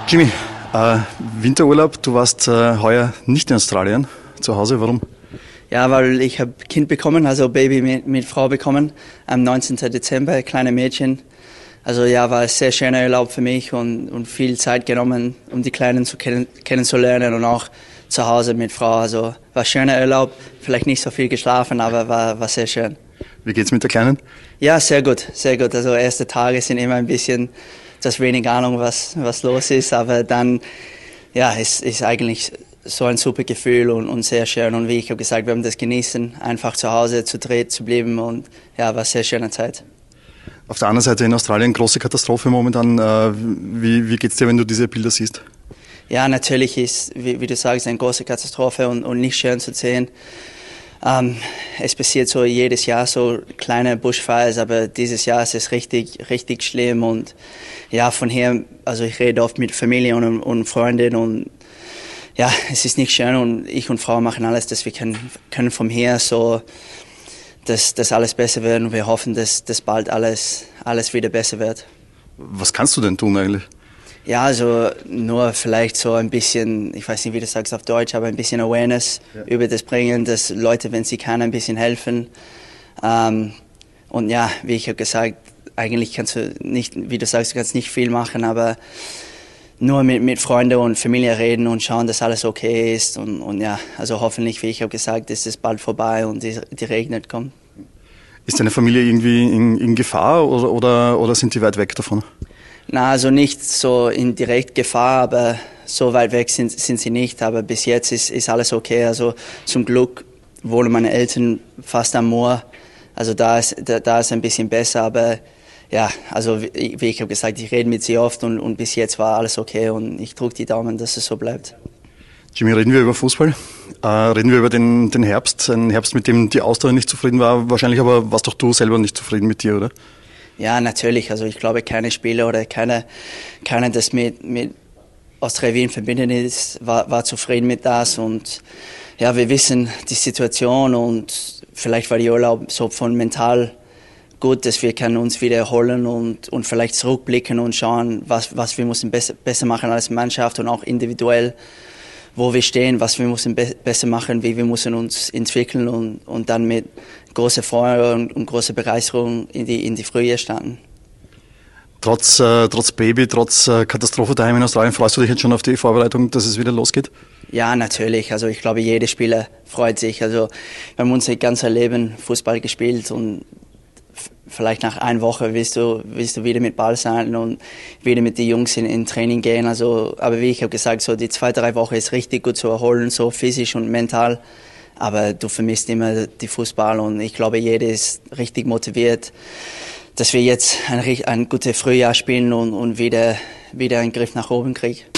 Jimmy, Winterurlaub, du warst heuer nicht in Australien, zu Hause, warum? Ja, weil ich habe Kind bekommen, also Baby mit Frau bekommen, am 19. Dezember, kleine Mädchen. Also ja, war ein sehr schöner Urlaub für mich und viel Zeit genommen, um die Kleinen kennenzulernen und auch zu Hause mit Frau. Also war ein schöner Urlaub, vielleicht nicht so viel geschlafen, aber war sehr schön. Wie geht's mit der Kleinen? Ja, sehr gut, sehr gut. Also erste Tage sind immer ein bisschen, du hast wenig Ahnung, was los ist, aber dann, ja, ist eigentlich so ein super Gefühl und sehr schön. Und wie ich habe gesagt, wir haben das genießen, einfach zu Hause zu dritt zu bleiben und ja, war eine sehr schöne Zeit. Auf der anderen Seite in Australien große Katastrophe momentan. Wie geht's dir, wenn du diese Bilder siehst? Ja, natürlich ist, wie du sagst, eine große Katastrophe und nicht schön zu sehen. Es passiert so jedes Jahr so kleine Bushfires, aber dieses Jahr ist es richtig schlimm und ja, von hier, also ich rede oft mit Familie und Freunden und ja, es ist nicht schön und ich und Frau machen alles, dass wir können von hier so, dass alles besser wird und wir hoffen, dass bald alles wieder besser wird. Was kannst du denn tun eigentlich? Ja, also nur vielleicht so ein bisschen, ich weiß nicht, wie du sagst auf Deutsch, aber ein bisschen Awareness über das bringen, dass Leute, wenn sie können, ein bisschen helfen. Und ja, wie ich habe gesagt, eigentlich kannst du nicht, wie du sagst, du kannst nicht viel machen, aber nur mit Freunden und Familie reden und schauen, dass alles okay ist. Und ja, also hoffentlich, wie ich habe gesagt, ist es bald vorbei und die Regnet kommt. Ist deine Familie irgendwie in Gefahr oder sind die weit weg davon? Na, also nicht so in direkt Gefahr, aber so weit weg sind sie nicht. Aber bis jetzt ist alles okay. Also zum Glück wohnen meine Eltern fast am Moor. Also da ist ein bisschen besser. Aber ja, also wie ich habe gesagt, ich rede mit sie oft und bis jetzt war alles okay. Und ich drücke die Daumen, dass es so bleibt. Jimmy, reden wir über Fußball? Reden wir über den Herbst? Ein Herbst, mit dem die Austria nicht zufrieden war. Wahrscheinlich aber warst doch du selber nicht zufrieden mit dir, oder? Ja, natürlich. Also ich glaube, keine Spieler oder keiner, das mit Austria Wien verbinden ist, war zufrieden mit das. Und ja, wir wissen die Situation und vielleicht war die Urlaub so von mental gut, dass wir können uns wieder erholen und vielleicht zurückblicken und schauen, was wir müssen besser machen als Mannschaft und auch individuell, wo wir stehen, was wir müssen besser machen, wie wir müssen uns entwickeln und dann mit großer Freude und großer Begeisterung in die Frühjahr starten. Trotz Baby, trotz Katastrophe daheim in Australien, freust du dich jetzt schon auf die Vorbereitung, dass es wieder losgeht? Ja, natürlich. Also ich glaube, jeder Spieler freut sich. Also wir haben unser ganzes Leben Fußball gespielt und vielleicht nach einer Woche willst du wieder mit Ball sein und wieder mit den Jungs in Training gehen. Also, aber wie ich habe gesagt, so die 2-3 Wochen ist richtig gut zu erholen, so physisch und mental. Aber du vermisst immer die Fußball und ich glaube, jeder ist richtig motiviert, dass wir jetzt ein gutes Frühjahr spielen und wieder einen Griff nach oben kriegen.